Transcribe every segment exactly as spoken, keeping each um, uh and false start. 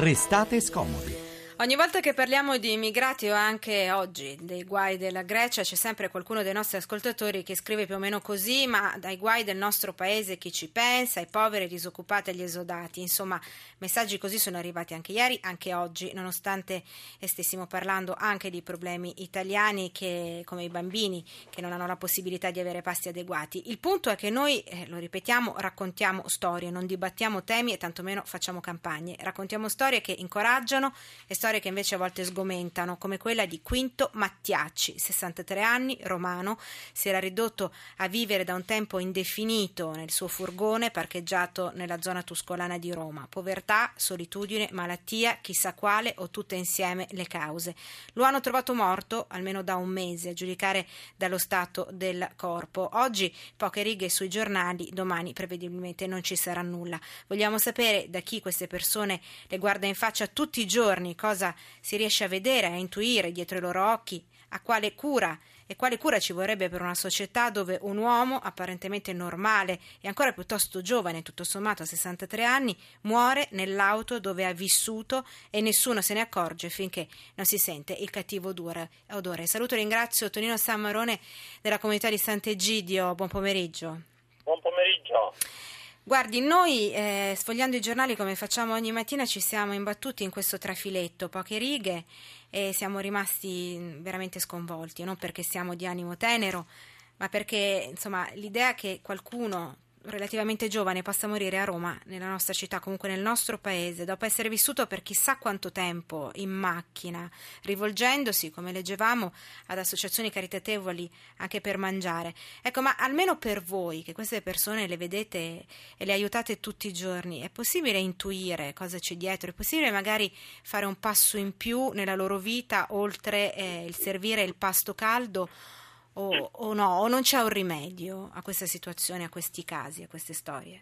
Restate scomodi. Ogni volta che parliamo di immigrati o anche oggi dei guai della Grecia c'è sempre qualcuno dei nostri ascoltatori che scrive più o meno così: ma dai guai del nostro paese chi ci pensa, ai poveri, ai disoccupati, agli esodati. Insomma, messaggi così sono arrivati anche ieri, anche oggi, nonostante stessimo parlando anche di problemi italiani che, come i bambini che non hanno la possibilità di avere pasti adeguati. Il punto è che noi, eh, lo ripetiamo, raccontiamo storie, non dibattiamo temi e tantomeno facciamo campagne. Raccontiamo storie che incoraggiano e storie che invece a volte sgomentano, come quella di Quinto Mattiacci, sessantatré anni, romano, si era ridotto a vivere da un tempo indefinito nel suo furgone parcheggiato nella zona tuscolana di Roma. Povertà, solitudine, malattia, chissà quale o tutte insieme le cause. Lo hanno trovato morto almeno da un mese, a giudicare dallo stato del corpo. Oggi poche righe sui giornali, domani prevedibilmente non ci sarà nulla. Vogliamo sapere da chi queste persone le guarda in faccia tutti i giorni, cosa si riesce a vedere, a intuire dietro i loro occhi, a quale cura e quale cura ci vorrebbe per una società dove un uomo apparentemente normale e ancora piuttosto giovane, tutto sommato a sessantatré anni, muore nell'auto dove ha vissuto e nessuno se ne accorge finché non si sente il cattivo odore. Saluto e ringrazio Tonino Sammarone della comunità di Sant'Egidio. Buon pomeriggio. Buon pomeriggio. Guardi, noi eh, sfogliando i giornali come facciamo ogni mattina ci siamo imbattuti in questo trafiletto, poche righe, e siamo rimasti veramente sconvolti, non perché siamo di animo tenero, ma perché insomma l'idea che qualcuno relativamente giovane possa morire a Roma, nella nostra città, comunque nel nostro paese, dopo essere vissuto per chissà quanto tempo in macchina, rivolgendosi, come leggevamo, ad associazioni caritatevoli anche per mangiare. Ecco, ma almeno per voi, che queste persone le vedete e le aiutate tutti i giorni, è possibile intuire cosa c'è dietro? È possibile magari fare un passo in più nella loro vita, oltre eh, il servire il pasto caldo? O, o no, o non c'è un rimedio a questa situazione, a questi casi, a queste storie?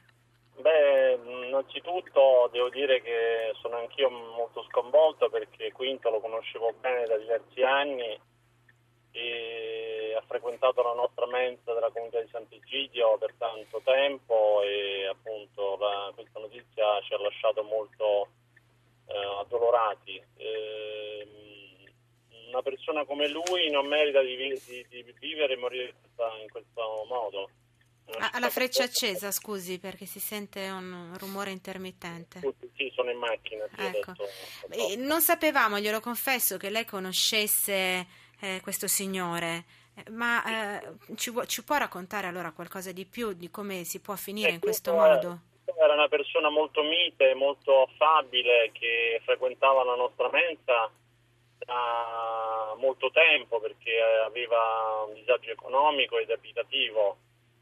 Beh, innanzitutto devo dire che sono anch'io molto sconvolto, perché Quinto lo conoscevo bene da diversi anni e ha frequentato la nostra mensa della comunità di Sant'Egidio per tanto tempo e appunto la, questa notizia ci ha lasciato molto eh, addolorati. Eh, Una persona come lui non merita di, di, di vivere e morire in questo modo. Ha la freccia accesa, scusi, perché si sente un rumore intermittente. Sì, sono in macchina. Sì, ecco. adesso, e non sapevamo, glielo confesso, che lei conoscesse eh, questo signore, ma eh, ci, ci può raccontare allora qualcosa di più di come si può finire eh, in questo è, modo? Era una persona molto mite, molto affabile, che frequentava la nostra mensa da molto tempo perché aveva un disagio economico ed abitativo,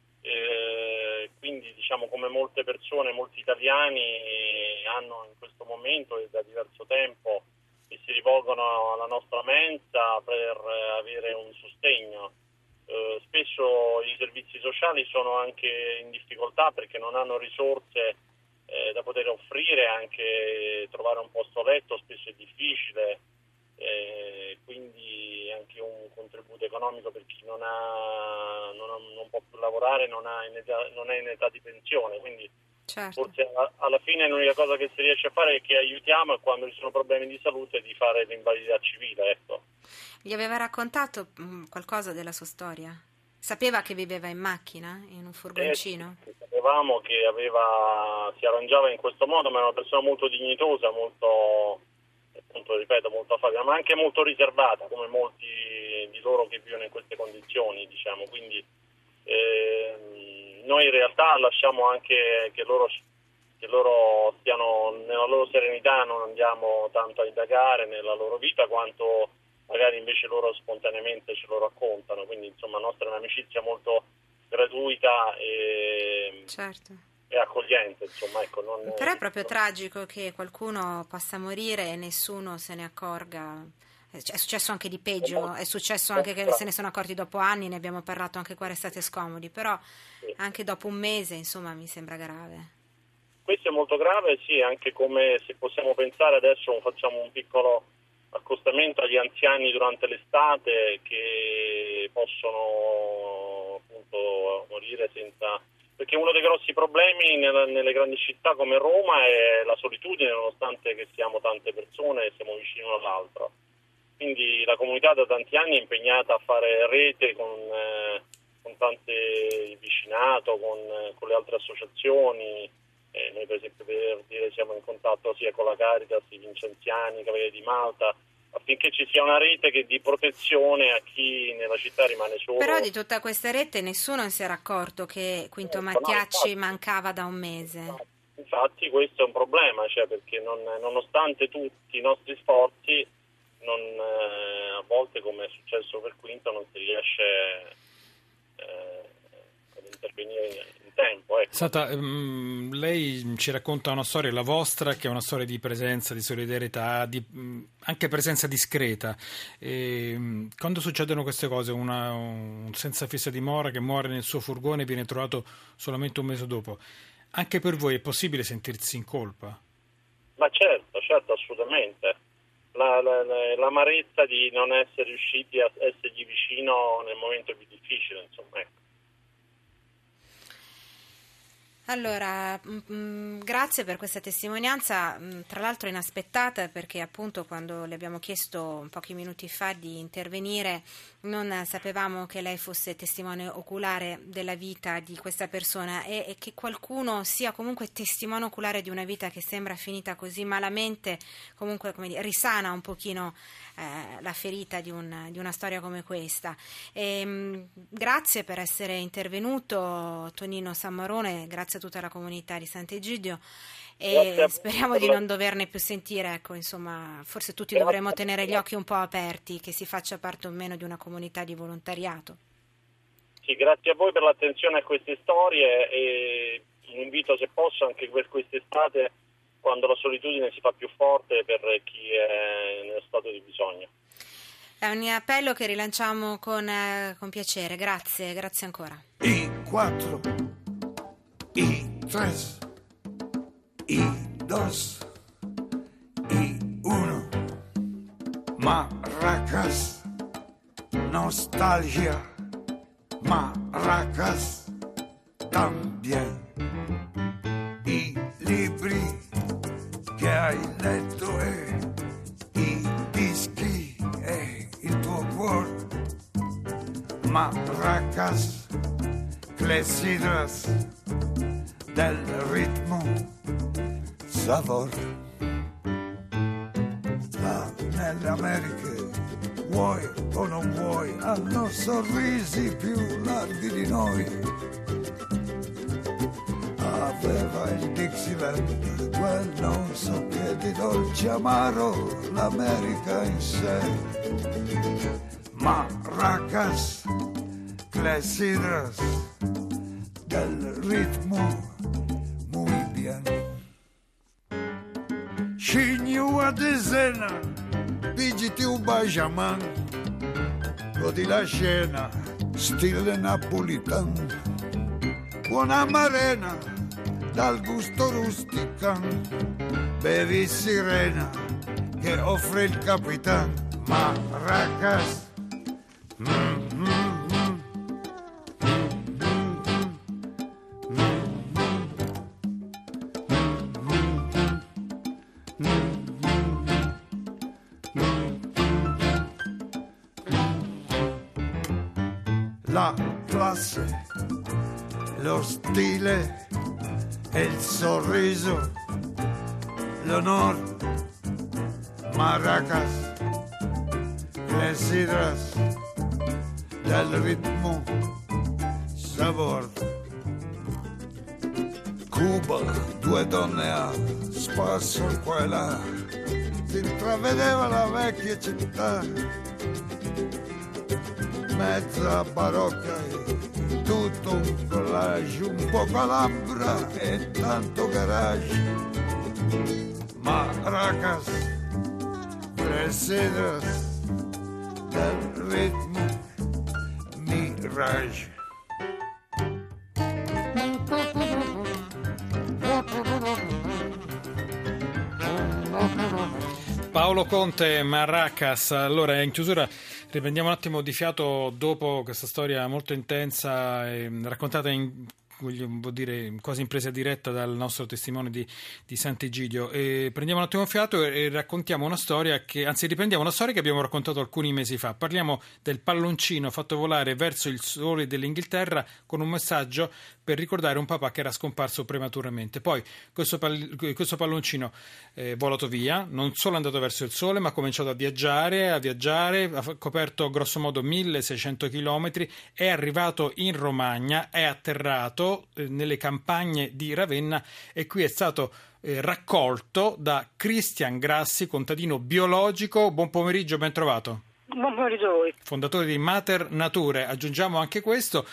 eh, quindi diciamo come molte persone, molti italiani hanno in questo momento e da diverso tempo e si rivolgono alla nostra mensa per avere un sostegno. Eh, spesso i servizi sociali sono anche in difficoltà perché non hanno risorse eh, da poter offrire, anche trovare un posto letto spesso è difficile. Eh, quindi anche un contributo economico per chi non ha non, ha, non può più lavorare, non, ha in età, non è in età di pensione, quindi certo. Forse alla, alla fine l'unica cosa che si riesce a fare è che aiutiamo, e quando ci sono problemi di salute di fare l'invalidità civile. Ecco. Gli aveva raccontato mh, qualcosa della sua storia? Sapeva che viveva in macchina, in un furgoncino? Eh, sapevamo che aveva si arrangiava in questo modo, ma è una persona molto dignitosa, molto appunto, ripeto, molto affabile, ma anche molto riservata, come molti di loro che vivono in queste condizioni, diciamo. Quindi eh, noi in realtà lasciamo anche che loro, che loro stiano nella loro serenità, non andiamo tanto a indagare nella loro vita quanto magari invece loro spontaneamente ce lo raccontano. Quindi insomma la nostra è un'amicizia molto gratuita e certo. e accogliente, insomma, ecco. Non, Però è proprio tragico che qualcuno possa morire e nessuno se ne accorga. È successo anche di peggio, è successo anche che se ne sono accorti dopo anni, ne abbiamo parlato anche qua a Restate Scomodi, però anche dopo un mese, insomma, mi sembra grave. Questo è molto grave, sì, anche come se possiamo pensare adesso, facciamo un piccolo accostamento agli anziani durante l'estate che possono appunto morire senza perché uno dei grossi problemi nella, nelle grandi città come Roma è la solitudine, nonostante che siamo tante persone e siamo vicini l'uno all'altro. Quindi la comunità da tanti anni è impegnata a fare rete con, eh, con tante vicinato, con, eh, con le altre associazioni. Eh, noi per esempio, per dire, siamo in contatto sia con la Caritas, i Vincenziani, i Cavalieri di Malta, affinché ci sia una rete che di protezione a chi nella città rimane solo. Però di tutta questa rete nessuno si era accorto che Quinto Mattiacci mancava da un mese. Infatti questo è un problema, cioè perché non, nonostante tutti i nostri sforzi, non, eh, a volte, come è successo per Quinto, non si riesce eh, ad intervenire in tempo. Ecco. Senta, um, lei ci racconta una storia, la vostra, che è una storia di presenza, di solidarietà, di um, anche presenza discreta. E, um, quando succedono queste cose, una, un senza fissa dimora che muore nel suo furgone viene trovato solamente un mese dopo, anche per voi è possibile sentirsi in colpa? Ma certo, certo, assolutamente. La, la, la, l'amarezza di non essere riusciti a essergli vicino nel momento più difficile, insomma, ecco. Allora, mh, grazie per questa testimonianza, mh, tra l'altro inaspettata, perché appunto quando le abbiamo chiesto pochi minuti fa di intervenire non sapevamo che lei fosse testimone oculare della vita di questa persona e, e che qualcuno sia comunque testimone oculare di una vita che sembra finita così malamente, comunque come dire, risana un pochino eh, la ferita di, un, di una storia come questa. E, mh, grazie per essere intervenuto, Tonino Sammarone, grazie a tutta la comunità di Sant'Egidio e speriamo di non doverne più sentire, ecco, insomma, forse tutti dovremmo tenere gli occhi un po' aperti, che si faccia parte o meno di una comunità di volontariato. Sì, grazie a voi per l'attenzione a queste storie e invito, se posso, anche per quest'estate, quando la solitudine si fa più forte, per chi è nello stato di bisogno. È un appello che rilanciamo con, eh, con piacere, grazie, grazie ancora. I quattro, i tres, i dos, i uno, maracas, nostalgia, maracas, también, i libri che hai letto e i dischi e il tuo cuore, maracas, clessidras del ritmo, sabor. Là nelle Americhe, vuoi o non vuoi, hanno sorrisi più larghi di noi. Aveva il Dixieland, quel non so che di dolce amaro, l'America in sé. Maracas, clessidras del ritmo, muy bien. Scignua de Sena, pigiti un Benjamin, godi la scena, stile napolitan. Buona marena, dal gusto rustican, bevi sirena, che offre il capitan. Maracas, mm-hmm. La classe, lo stile e il sorriso, l'onore, maracas, clessidras del ritmo, sabor. Cuba, due donne a spasso qua e là, si intravedeva la vecchia città, mezza barocca e tutto un collage, un po' calabra e tanto garage. Maracas, clessidras del ritmo, mirage. Paolo Conte, Maracas. Allora, in chiusura riprendiamo un attimo di fiato dopo questa storia molto intensa e raccontata in vuol dire quasi in presa diretta dal nostro testimone di, di Sant'Egidio. E prendiamo un attimo fiato e, e raccontiamo una storia che, anzi riprendiamo una storia che abbiamo raccontato alcuni mesi fa. Parliamo del palloncino fatto volare verso il sole dell'Inghilterra con un messaggio per ricordare un papà che era scomparso prematuramente. Poi questo, pal- questo palloncino è eh, volato via, non solo è andato verso il sole, ma ha cominciato a viaggiare, a viaggiare, ha coperto grosso modo milleseicento chilometri, è arrivato in Romagna, è atterrato eh, nelle campagne di Ravenna e qui è stato eh, raccolto da Cristian Grassi, contadino biologico. Buon pomeriggio, ben trovato. Buon pomeriggio a voi. Fondatore di Mater Nature, aggiungiamo anche questo,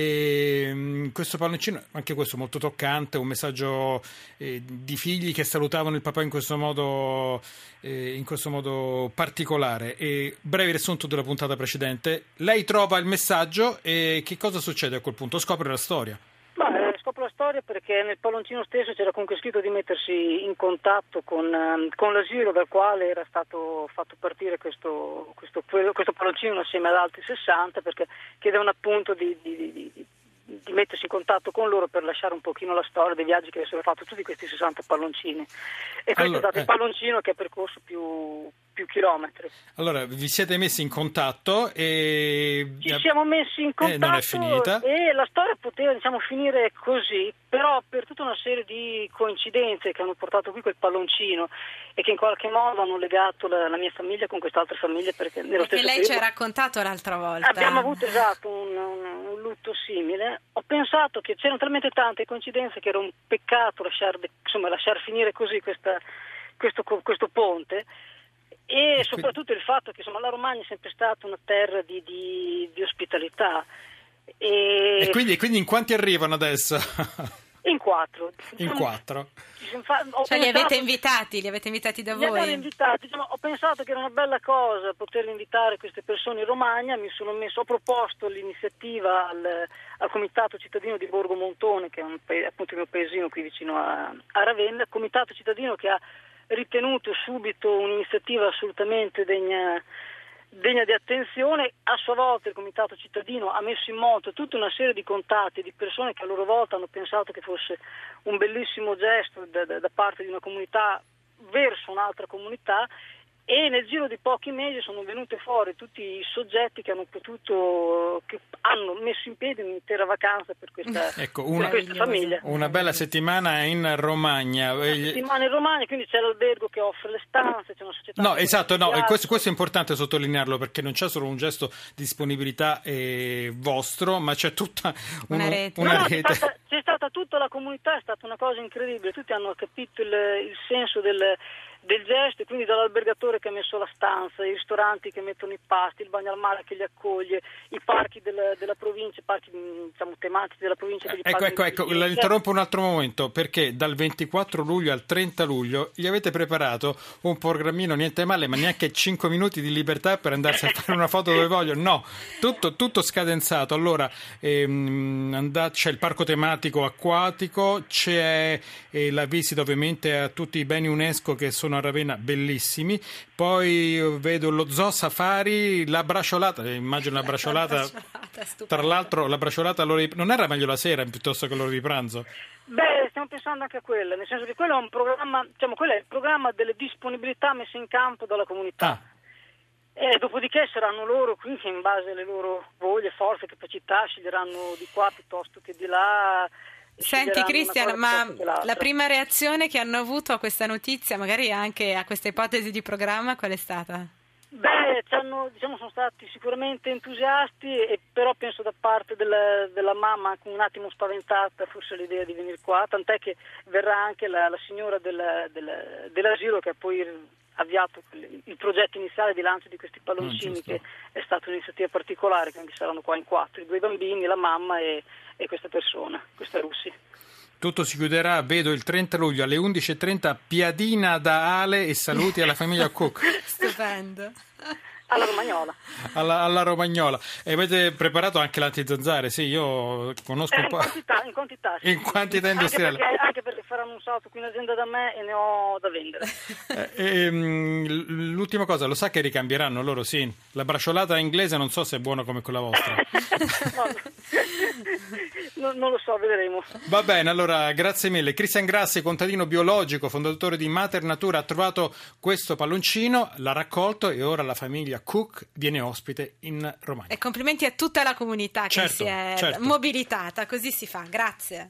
e, questo palloncino, anche questo molto toccante, un messaggio eh, di figli che salutavano il papà in questo modo, eh, in questo modo particolare. E, breve riassunto della puntata precedente, lei trova il messaggio e che cosa succede a quel punto? Scopre la storia. Beh, scopro la storia perché nel palloncino stesso c'era comunque scritto di mettersi in contatto con, con l'asilo dal quale era stato fatto partire questo, questo, questo palloncino assieme ad altri sessanta, perché chiedevano appunto di, di, di, di, di mettersi in contatto con loro per lasciare un pochino la storia dei viaggi che avessero fatto tutti questi sessanta palloncini. E questo allora, è stato eh. il palloncino che ha percorso più, più chilometri. Allora, vi siete messi in contatto e... Ci siamo messi in contatto eh, non è finita. E la storia poteva, diciamo, finire così, però per tutta una serie di coincidenze che hanno portato qui quel palloncino e che in qualche modo hanno legato la, la mia famiglia con quest'altre famiglie, perché nello perché stesso lei periodo ci ha raccontato l'altra volta. abbiamo avuto esatto un, un, un lutto simile. Ho pensato che c'erano talmente tante coincidenze che era un peccato lasciar, insomma, lasciar finire così questa, questo, questo ponte. E soprattutto il fatto che insomma la Romagna è sempre stata una terra di, di, di ospitalità. E, e quindi, quindi in quanti arrivano adesso? In quattro. In quattro? Cioè pensato, li avete invitati? Li avete invitati da li voi? Invitati. Diciamo, ho pensato che era una bella cosa poter invitare queste persone in Romagna. Mi sono messo, ho proposto l'iniziativa al, al Comitato Cittadino di Borgo Montone, che è un, appunto il mio paesino qui vicino a, a Ravenna, Comitato Cittadino che ha ritenuto subito un'iniziativa assolutamente degna, degna di attenzione. A sua volta il Comitato Cittadino ha messo in moto tutta una serie di contatti di persone che a loro volta hanno pensato che fosse un bellissimo gesto da, da, da parte di una comunità verso un'altra comunità, e nel giro di pochi mesi sono venute fuori tutti i soggetti che hanno potuto, che hanno messo in piedi un'intera vacanza per questa, ecco, una, per questa famiglia. Una bella settimana in Romagna. Una settimana in Romagna, quindi c'è l'albergo che offre le stanze, c'è una società. No, esatto, no, e questo, questo è importante sottolinearlo, perché non c'è solo un gesto di disponibilità eh, vostro, ma c'è tutta una, una rete. Una no, rete. C'è, stata, c'è stata tutta la comunità, è stata una cosa incredibile, tutti hanno capito il, il senso del del gesto, e quindi dall'albergatore che ha messo la stanza, i ristoranti che mettono i pasti, il bagno al mare che li accoglie, i parchi della, della provincia, i parchi diciamo tematici della provincia che li ecco, ecco, ecco, la interrompo un altro momento, perché dal ventiquattro luglio al trenta luglio gli avete preparato un programmino niente male, ma neanche cinque minuti di libertà per andarsi a fare una foto dove voglio, no, tutto, tutto scadenzato. Allora ehm, andate, c'è il parco tematico acquatico, c'è eh, la visita ovviamente a tutti i beni UNESCO che sono a Ravenna, bellissimi. Poi vedo lo zoo safari, la braciolata, immagino la braciolata, la braciolata tra l'altro la braciolata all'ora di, non era meglio la sera piuttosto che l'ora di pranzo? Beh, stiamo pensando anche a quella, nel senso che quello è un programma, diciamo, quello è il programma delle disponibilità messe in campo dalla comunità. Ah. E dopodiché saranno loro qui che in base alle loro voglie, forze, capacità sceglieranno di qua piuttosto che di là. Senti Cristian, ma la prima reazione che hanno avuto a questa notizia, magari anche a questa ipotesi di programma, qual è stata? Beh, hanno, diciamo, sono stati sicuramente entusiasti, e però penso da parte della, della mamma anche un attimo spaventata forse l'idea di venire qua, tant'è che verrà anche la, la signora del, del, dell'asilo che ha poi avviato il progetto iniziale di lancio di questi palloncini, oh, che è stata un'iniziativa particolare, quindi saranno qua in quattro, i due bambini, la mamma e, e questa persona, questa Russi. Tutto si chiuderà, vedo, il trenta luglio alle undici e trenta, piadina da Ale e saluti alla famiglia Cook. Stupendo. Alla romagnola. Alla, alla romagnola. E avete preparato anche l'antizanzare? Sì, io conosco Eh, un in po'. quantità, in quantità, sì. In quantità industriale. Anche perché, anche perché faranno un salto qui in azienda da me e ne ho da vendere. Eh, ehm, l'ultima cosa, lo sa che ricambieranno loro, sì. La bracciolata inglese non so se è buona come quella vostra. No, non lo so, vedremo. Va bene, allora grazie mille. Cristian Grassi, contadino biologico, fondatore di Mater Natura, ha trovato questo palloncino, l'ha raccolto e ora la famiglia Cook viene ospite in Romagna. E complimenti a tutta la comunità che Certo, si è certo. mobilitata, così si fa. Grazie.